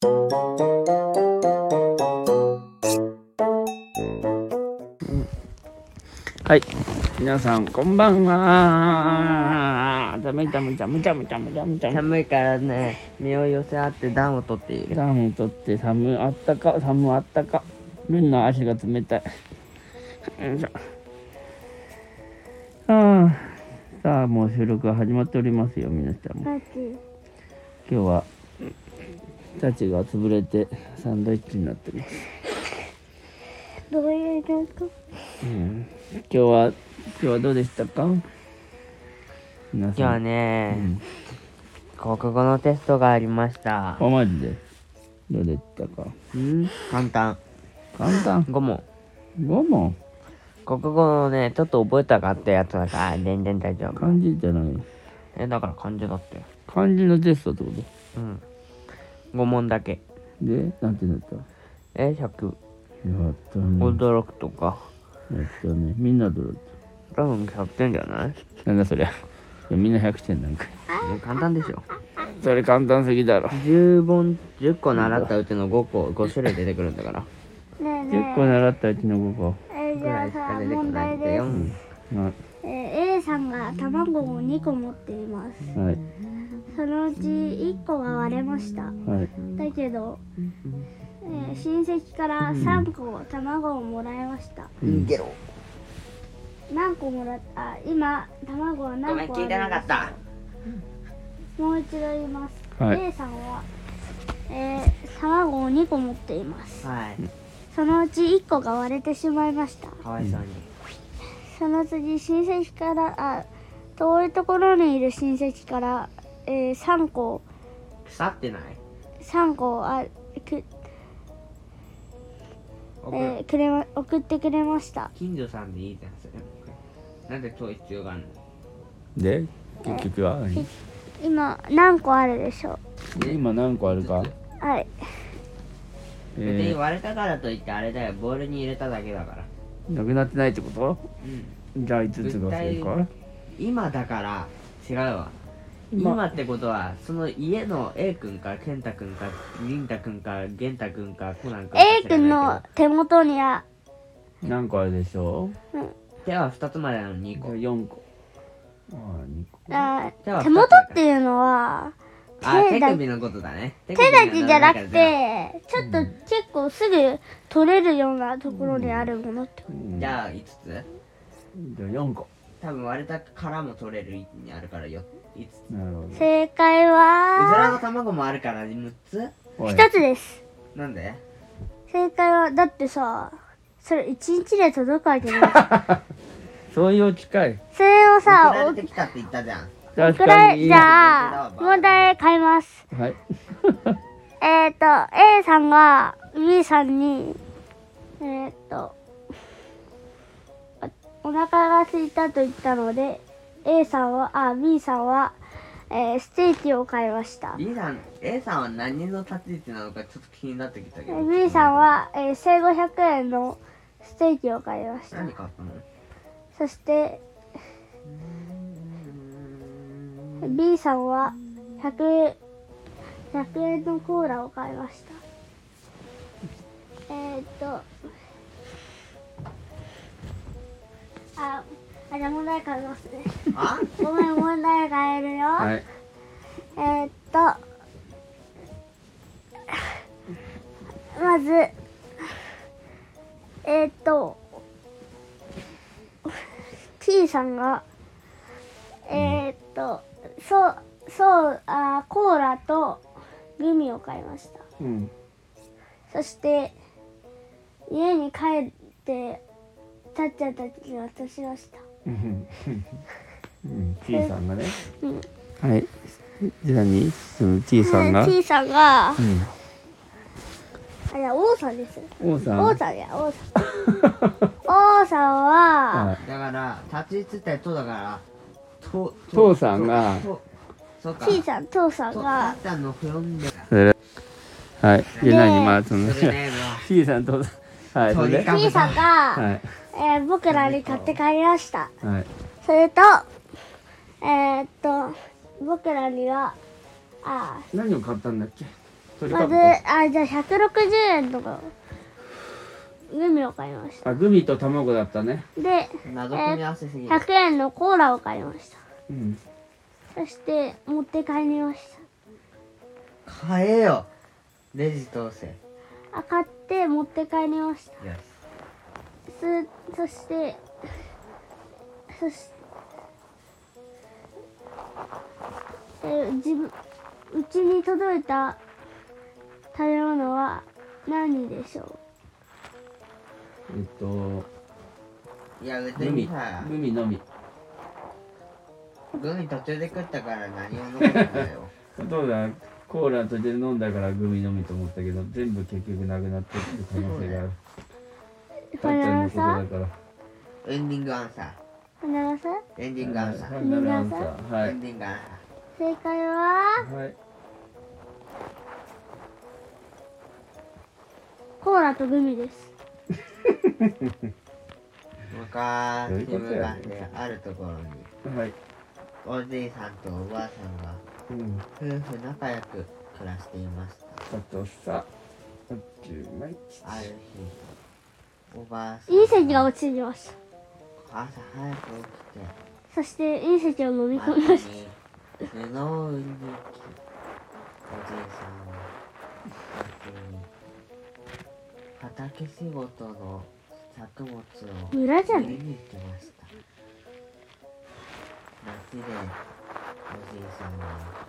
はい、皆さんこんばんは。寒いからね、身を寄せ合って暖を取っている。 暖を取ってあったか。ルンの足が冷たい。よいしょ。さあもう収録が始まっておりますよ、皆さんも。今日はタチが潰れてサンドイッチになってます。 どういう状況？ 今日はどうでしたか？皆さん。 今日はね、国語のテストがありました。 マジでどうでしたか？ 簡単。5問。 5問？ 国語のね、ちょっと覚えたかったやつだから全然大丈夫。 漢字じゃない？ だから漢字だって。 漢字のテストってこと？ 5問だけ。 で、なんてなった？ 100。 やったね。 驚くとか。 やったね。みんなどうだった？ 多分100点じゃない？ なんだそりゃ。みんな100点なんか。 簡単でしょ。 それ簡単すぎだろ。 10個習ったうちの5種類出てくるんだから。 10個習ったうちの5個。 じゃあさ、問題です。A さんが卵を2個持っています。 はい。 そのうち1個が割れました。 はい。 だけど、親戚から3個卵をもらいました。 ゲロ。 何個もらった？今卵は何個あるんですか？ ごめん、聞いてなかった。 もう一度言います。 はい。 A さんは、卵を2個持っています。 はい。 そのうち1個が割れてしまいました。 かわいそうに。 その次、親戚から遠いところにいる親戚から、3個腐ってない？ 送ってくれました。 近所さんでいいじゃんそれ。なんで遠い必要があるの？ で、結局は今何個あるでしょう？ 今何個あるか？ はい。 別に割れたからといってあれだよ、ボールに入れただけだから。 なくなってないってこと？じゃあ5つが正解？ 今だから違うわ。今ってことはその家の A 君か健太君か凛太君か玄太君かコナン君か A 君の手元には何個あるでしょう？ 手は2つまでなのに2個。 4個。 手元っていうのは手首のことだね。 手だけじゃなくてちょっと結構すぐ取れるようなところにあるものってこと。 じゃあ5つ？ じゃあ4個。 多分割れた殻も取れる位置にあるから5つ。 なるほど。 正解うずらはの卵もあるから6つ 1つです。 なんで？ 正解はだってさ、それ1日で届くわけない。 そういう機い。 それをさ、 送られてきたって言ったじゃん。 確かに。 じゃあ問題変えます。 はい。 A さんが B さんにお腹が空いたと言ったので B さんは、ステーキを買いました。 A さんは何の立ち位置なのかちょっと気になってきたけど。 B さんは、1500円のステーキを買いました。 何買ったの？ そしてB さんは100円のコーラを買いました。じゃあ問題変えますね。ごめん、問題変えるよ。 はい。 まずT さんがコーラとグミを買いました。そして家に帰ってたっちゃんたちに渡しました。 T さんがね。はい。じゃあ何？その T さんが。 T さんが。いや、王さんです。 王さんは。 だから立ち位置ってとだから父さんが。 T さん、父さんが。 はい。で何まあその T さんとはい。 T さんが僕らに買って帰りました。 はい。 それと僕らには何を買ったんだっけ？ 鳥かぶと。 じゃあ160円とかグミを買いました。 あ、グミと卵だったね。 で、 謎組み合わせすぎる。 100円のコーラを買いました。 うん。 そして持って帰りまし買えよ。レジ通せ。 た。買って持って帰りました。 よし。 そしてうちに届いた食べ物は何でしょいや、別グミにさ、 グミのみ。 グミ途中で食ったから何を飲むんだよ。 お父さんコーラ途中で飲んだからグミのみと思ったけど、全部結局なくなってる可能性がある。 う。 たっちゃんのことだから。 エンディングアンサー。 花輪さん、 エンディングアンサー。 ファイナルアンサー。はいエンディングアンサ正解ははい。 コーラとグミです。 ー。昔であるところに、 はい。 おじいさんとおばあさんがうん。 夫婦仲良く暮らしていました。 あとさ、10枚。 ある日、おばあさん隕石が落ちてきました。 朝早く起きて、 そして隕石を飲み込みまし町に布を売りに行き、おじいさんは畑仕事の作物をた。村じゃない。 売りに行ってました。町でおじいさんは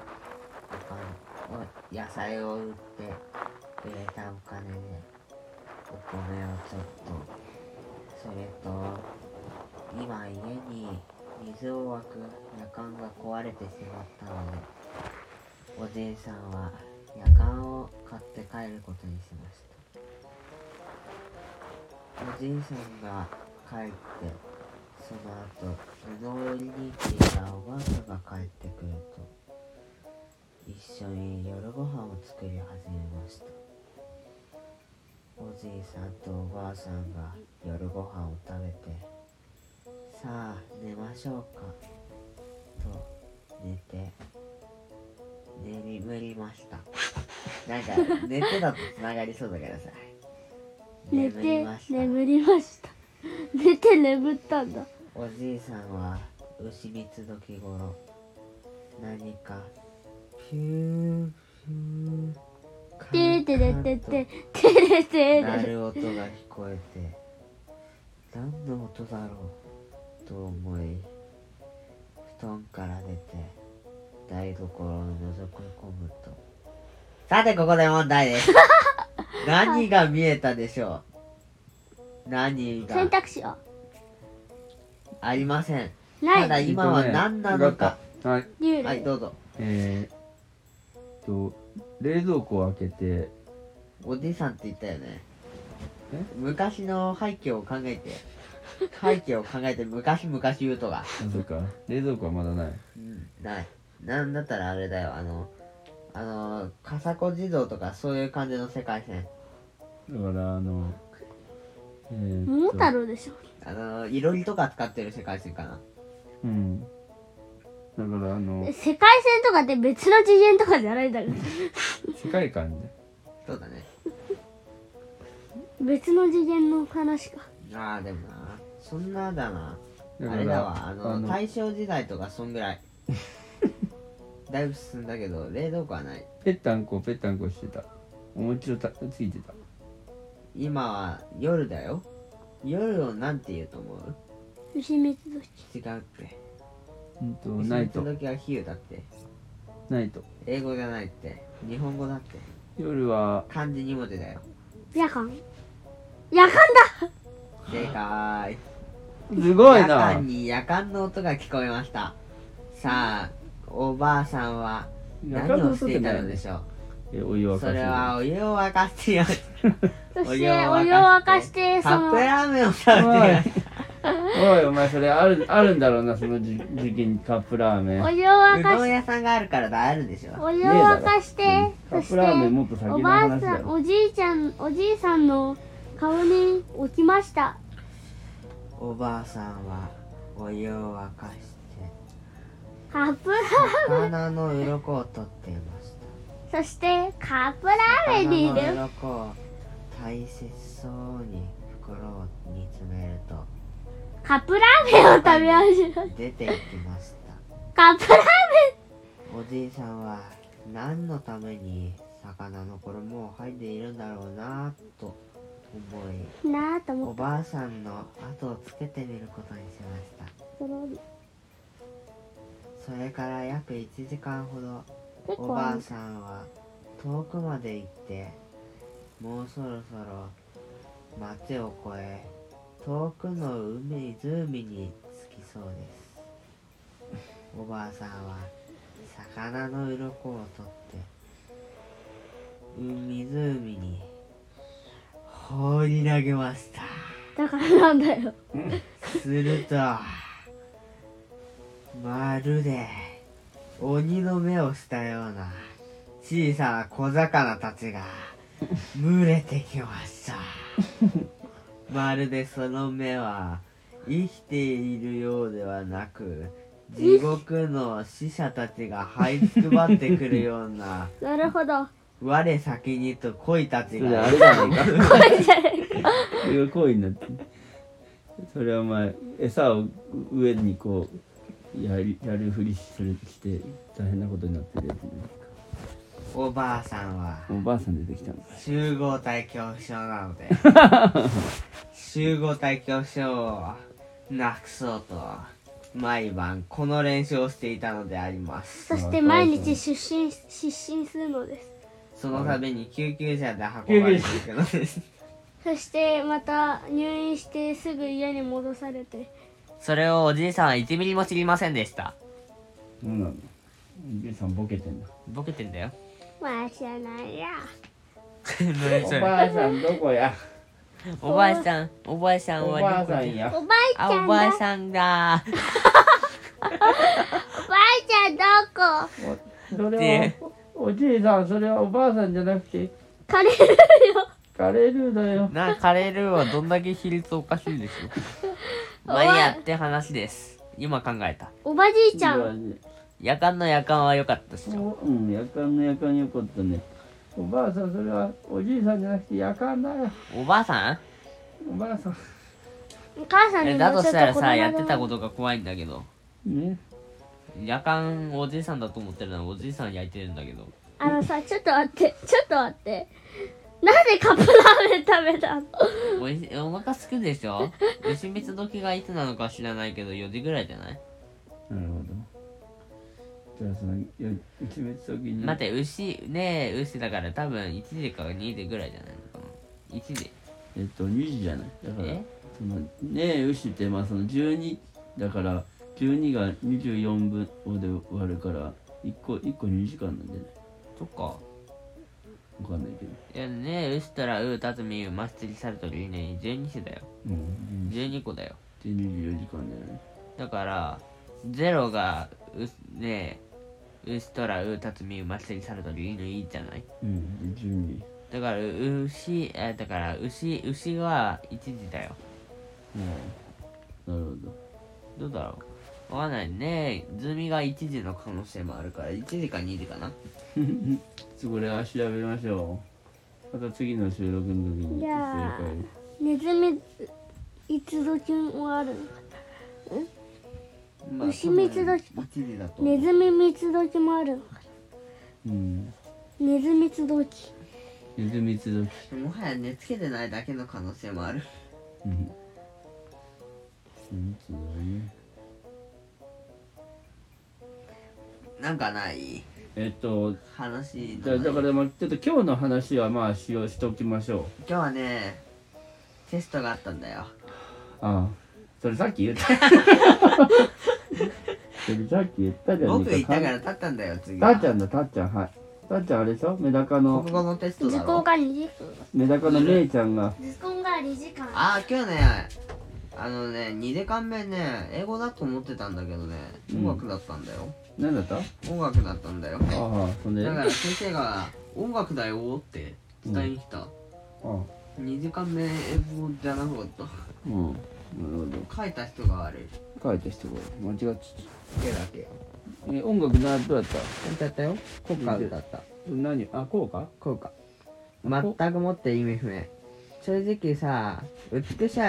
野菜を売って売れたお金でお米をちょっと、それと今家に水を沸くやかんが壊れてしまったので、おじいさんはやかんを買って帰ることにしました。おじいさんが帰って、その後布を売りに行っていたおばあさんが帰ってくると、一緒に夜ご飯を作り始めました。おじいさんとおばあさんが夜ご飯を食べて、さあ寝ましょうかと眠りました。なんか寝てだとつながりそうだからさ。 寝眠りてました。 眠りました。寝て眠ったんだ。 おじいさんは牛蜜時頃、何かピューピューてれてててれてれ。 鳴る音が聞こえて、何の音だろうと思い、布団から出て台所を覗き込むと、さてここで問題です。何が見えたでしょう。何が選択肢はありません。 ない。 ただ今は何なのか。 はい。 幽霊。 はい、どうぞ。 冷蔵庫を開けて、 おじいさんって言ったよね。 え昔の背景を考えて。背景を考えて昔言うとが。 あ、そうか。冷蔵庫はまだない。 うん、ない。なんだったらあれだよ、笠子地蔵とかそういう感じの世界線。 だから桃太郎でしょ。 いろりとか使ってる世界線かな。 うん。だから世界線とかって別の次元とかじゃないんだから世界観で。 そうだね。 別の次元の話か。 ああ、でもな。そんなだな。 だからあれだわ、大正時代とかそんぐらい。だいぶ進んだけど、冷蔵庫はない。 ぺったんこしてた。お餅をついてた。 今は夜だよ。夜をなんて言うと思う？ 牛蜜時。 違うって。 ナイト。 時は比喩だって。 ナイト。 英語じゃないって。日本語だって。 夜は漢字2文字だよ。 夜間だ。 正解。 すごい夜な。 間に夜間の音が聞こえました。さあ、おばあさんは何をしていたのでしょう。 お湯を沸かして。 それはお湯を沸かしています。 そしてお湯を沸かしてカップラーメンを食べています。 おいお前それあるんだろうな、その時期にカップラーメン。 お湯を沸うかしどん屋さんがあるからあるでしょ。 お湯を沸かして、 カップラーメンもっと先のおばあ話だよ。 さん、おじいさんの顔に置きました。 おばあさんはお湯を沸かしてカップラーメン。 魚の鱗を取っていましそしてカップラーメンに入れる。 魚の鱗を大切そうに袋に詰めるとカップラーメンを食べ始める。 出ていきました。 カップラーおじいさんは何のために魚の衣を剥いでいるんだろうなと思い、 メンなあと思っおばあさんの後をつけてみることにしました。 た。 それから約1時間ほど結おばあ構さんは遠くまで行って、もうそろそろ町を越え遠くの湖に着きそうです。おばあさんは魚の鱗を取って湖に放り投げました。 だからなんだよ。 するとまるで鬼の目をしたような小さな小魚たちが群れてきました。まるでその目は生きているようではなく、地獄の死者たちが這いつくばってくるようななるほど。 我先にと鯉たちそれあがれじゃないか。 これじゃないか。 それが恋になってる。それはお前餌を上にこうやるふりして大変なことになってるやつね。 おばあさんはおばあさん出てきたのか。 集合体恐怖症なので集合体恐怖症をなくそうと毎晩この練習をしていたのであります。 そして毎日失神するのです。 そのために救急車で運ばれていくのです。 そしてまた入院してすぐ家に戻されて。 それをおじいさんは1ミリも知りませんでした。 そうなの。おじいさんボケてんだ。 ボケてんだよ。 まあ知らないや。 おばあさんどこや。 おばあさんはおばあさんや。 おばあちゃんだ。 おばあさんだ。 おばあちゃんどこ？ それはおじいさん、それはおばあさんじゃなくてカレーよ。 カレールーだよ。 カレールーはどんだけ比率おかしいでしょ。まあいいやって話です。今考えた。 おばじいちゃん。 夜間の夜間は良かったっしょ。 うん、夜間の夜間よかったね。おばあさん、それはおじいさんじゃなくて夜間だよ。 おばあさん？ おばあさん。 お母さんにもだとしたらさ、 ちょっ子供やってたことが怖いんだけど。 ね。 夜間おじいさんだと思ってるのはおじいさん焼いてるんだけど。 あのさ、ちょっと待って。なんでカップラーメン食べたの？ お腹すくでしょ。牛蜜時がいつなのか知らないけど4時ぐらいじゃない？ なるほど。じゃあその一滅時に。 待って、牛だから多分1時か2時ぐらいじゃないのかな。1時。 2時じゃない。だからその牛ってまあその12だから12が24分で割るから1個2時間なんじゃない？ そっか。 わかんないけど。 いや牛たらたつみまつりさるとりね12時だよ。12個だよ。 で24時間じゃない。 だから0が牛とらたつみまつりさるとりのいいじゃない？ 12。 だから牛が1時だよ。 なるほどうだろう。わかんないね。ズミが1時の可能性もあるから1時か2時かな。 これは調べましょう。また次の収録の時にじゃあネズミいつ時もあるのかな。牛蜜時か。ネズミ蜜時もあるのかな。ネズミ蜜時。 ネズミ蜜時。 もはや寝つけてないだけの可能性もある。なんかない話だからまあちょっと今日の話はまあしておきましょう。 今日はねテストがあったんだよ。 ああ、それさっき言ったそれさっき言ったじゃん。 僕言ったから立ったんだよ。次たっちゃんはい。たっちゃんあれでしょ。メダカの国語のテストだろ。 図工が2時間。 メダカのめいちゃんが図工が2時間。 今日ね2時間目ね英語だと思ってたんだけどね音楽だったんだよ。 何だった？ 音楽だったんだよ。 ああ、そんでだから先生が音楽だよって伝えに来た。2時間目英語じゃなかった。 なるほど。 書いた人が悪い。 書いた人が間違ってた。 だけ音楽どうやった？ 歌ったよ。効果歌った。 何？あ、こうか？ 効果。全くもって意味不明。正直さ、美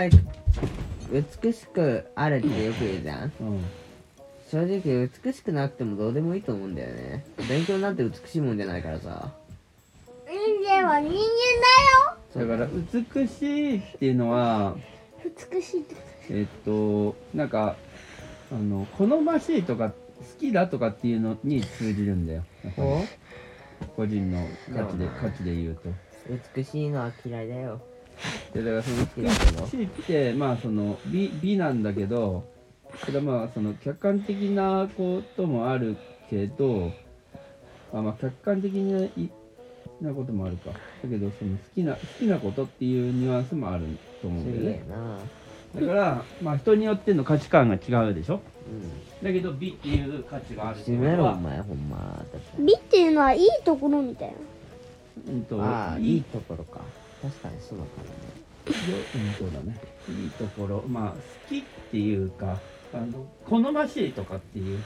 しくあるってよく言うじゃん。正直美しくなくてもどうでもいいと思うんだよね。勉強なんて美しいもんじゃないからさ。 人間は人間だから美しいっていうのはだよ。美しいってなんか好ましいとか好きだとかっていうのに通じるんだよ。個人の価値で言うと。 美しいのは嫌いだよ。 でだからその美しいってまあその美なんだけど、それはまあその客観的なこともあるけど、まあ客観的なこともあるか。だけどその好きなことっていうニュアンスもあると思うんだよね。だからまあ人によっての価値観が違うでしょ。だけど美っていう価値があるっていうのは。 お前ほんま。 美っていうのはいいところみたいな。 いいところか。確かにそうかもね。 そうだね。いいところ、まあ好きっていうか好ましいとかっていう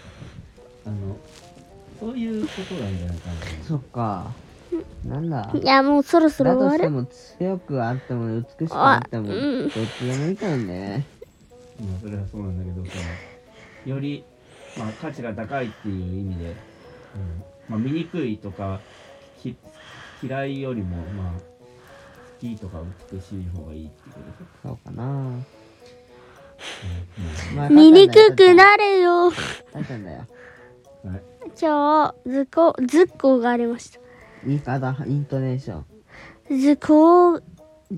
そういうことなんじゃないかな。 そっか。なんだ。 いやもうそろそろだと終わる。 しても強くあっても美しくあってもどっちでもいいからね。 まあそれはそうなんだけどさ、よりまあ価値が高いっていう意味で、まあ醜いとか嫌いよりもまあ好きとか美しい方がいいってことでしょ。 そうかな。 醜くなれよ。 たっちゃんだよ。 今日図工がありました。 言い方、イントネーション。 図工イ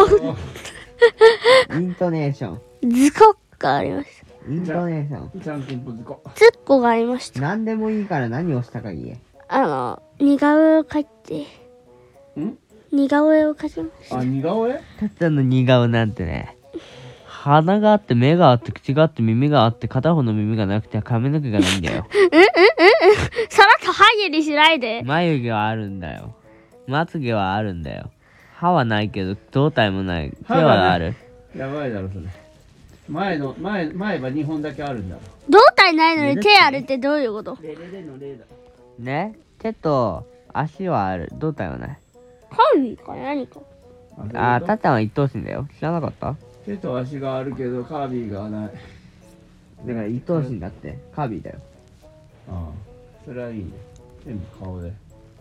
ントネーション。 図工がありました。 イントネーション。 じゃんけんぽんずこ。 図工がありました。 何でもいいから何をしたか言え。 似顔絵を描いて。似顔絵を描きました。 似顔絵？ たっちゃんの似顔なんてね、鼻があって目があって口があって耳があって片方の耳がなくて髪の毛がないんだよ。 さらっとハゲにしないで。 眉毛はあるんだよ。まつげはあるんだよ。歯はないけど胴体もない。手はある。 やばいだろそれ。前は2本だけあるんだろ。 胴体ないのに手あるってどういうこと？ レのレだ。 ね、手と足はある。胴体はない。 カービィか何か。 たっちゃんは一等身だよ。知らなかった？ 手と足があるけどカービィがない。 だから一等身だって。カービィだよ。 それはいいね。全部顔で。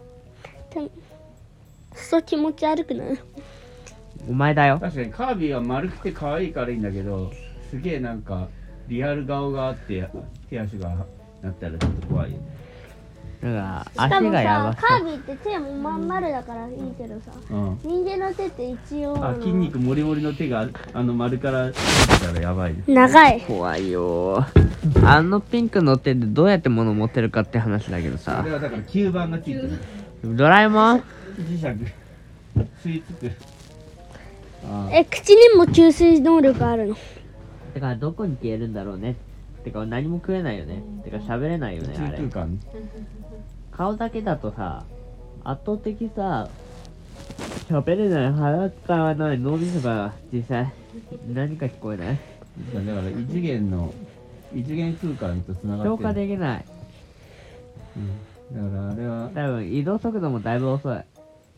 そう気持ち悪くない？ お前だよ。 確かにカービィは丸くて可愛いからいいんだけど、すげえなんかリアル顔があって手足がなったらちょっと怖いよね。 だからしかも足がやばさ、カービィって手もまん丸だからいいけどさ、人間の手って一応筋肉もりもりの手が丸から出てたらやばいね。 長い。 怖いよ。ピンクの手でどうやって物持ってるかって話だけどさ。 それはだから吸盤がついてる。 ドラえもん？ 磁石吸い付く。 口にも吸水能力あるの。 てかどこに消えるんだろうね。てか何も食えないよね。てか喋れないよねあれ。顔だけだとさ、圧倒的さ、喋れない、腹使わない、脳みそが実際何か聞こえない？ だから異次元空間と繋がってる。 消化できない。 だからあれは多分移動速度もだいぶ遅い。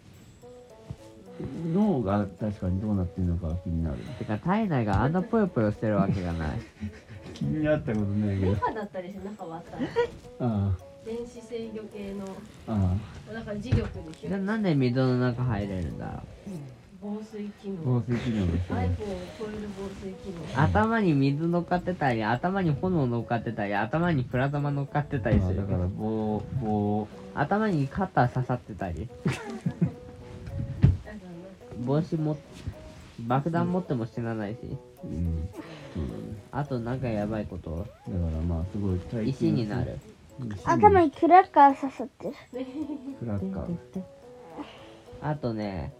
脳が確かにどうなってるのか気になる。 てか体内があんなぽよぽよしてるわけがない。 気になったことないけど。 中だったりして中割ったら電子制御系のだから磁力でしょ。 なんで水の中入れるんだろう。 防水機能。 防水機能です iPhone を超える防水機能。 頭に水乗っかってたり、頭に炎乗っかってたり、頭にプラズマ乗っかってたりする。 だから頭にカッター刺さってたり。帽子も爆弾持っても死なないし。 そうだね。 あとなんかやばいこと。 だからまあすごい石になる。 頭にクラッカー刺さってる。 クラッカー。 あとね。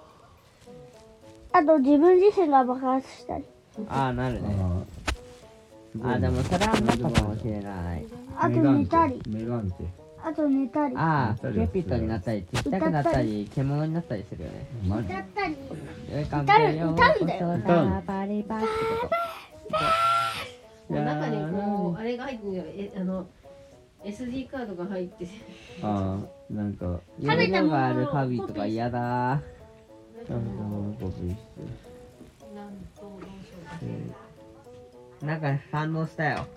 あと自分自身が爆発したり。 なるね。でもそれはなかったかもしれない。 あと寝たり。 メガンテ。 あと寝たり。 キューピッドになったり、ちっちゃくなったり、獣になったりするよね。 歌ったり。 歌うんだよ。バリバってこと。 中にこうあれが入ってるよ。 SD カードが入ってああ、なんか、 食べたものを色があるカビとか嫌だ。 なんかコピーして。 なんとどうしようか。 なんか反応したよ。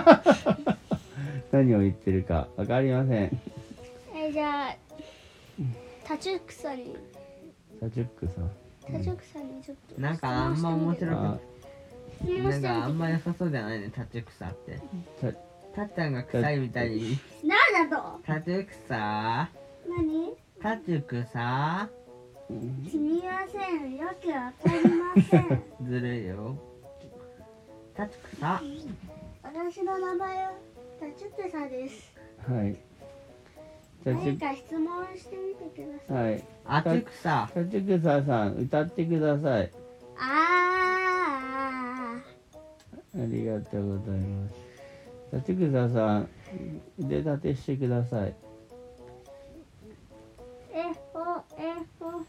何を言ってるかわかりません。 じゃあタチュクサにサチュックさん。 タチュクサにちょっとなんかあんま面白あくなんかあんま良さそうじゃないね、タチュクサって。たっちゃんが臭いみたいに。 なんだとタチュクサ何タチュクサすみません、よくわかりません。 ずるいよ。タチュクサ私の名前はタチュクサです。 はい。サチ何か質問してみてください。 はい。 アチュクササチュクサさん、歌ってください。 あありがとうございます。サチュクサさん、腕立てしてください。 えほえほ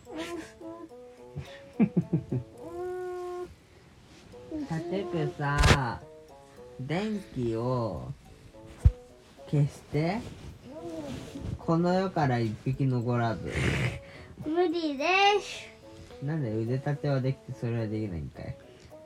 タチュクサ電気を消してこの世から一匹残らず。 無理です。 なんで腕立てはできてそれはできないんかい。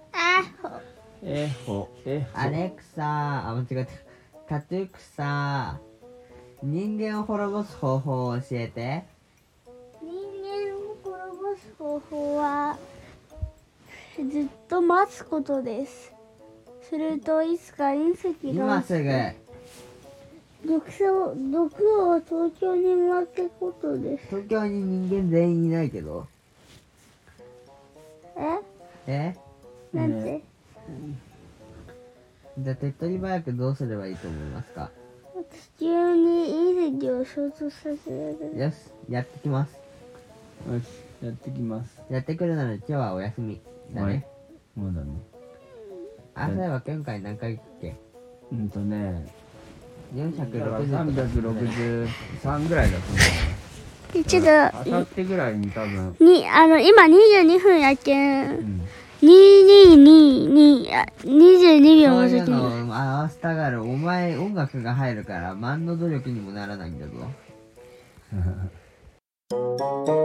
アレクサ間違えた。タチュクサ人間を滅ぼす方法を教えて。 人間を滅ぼす方法はずっと待つことです。するといつか隕石が今すぐ。 毒を東京に巻くことです。 東京に人間全員いないけど。えなんて、 じゃあ手っ取り早くどうすればいいと思いますか。 地球に隕石を衝突させられる。 よし、やってきます。 よし、やってきます。 やってくるなら今日はお休みだね。 まだね。 あ、そういえば今回何回行くっけ。 363ぐらいだと思う。 ちょっとあさってぐらいに多分。 今22分やけん。2222 22秒そういうも先に。 のを合わせたがる。お前音楽が入るから何の努力にもならないんだぞ。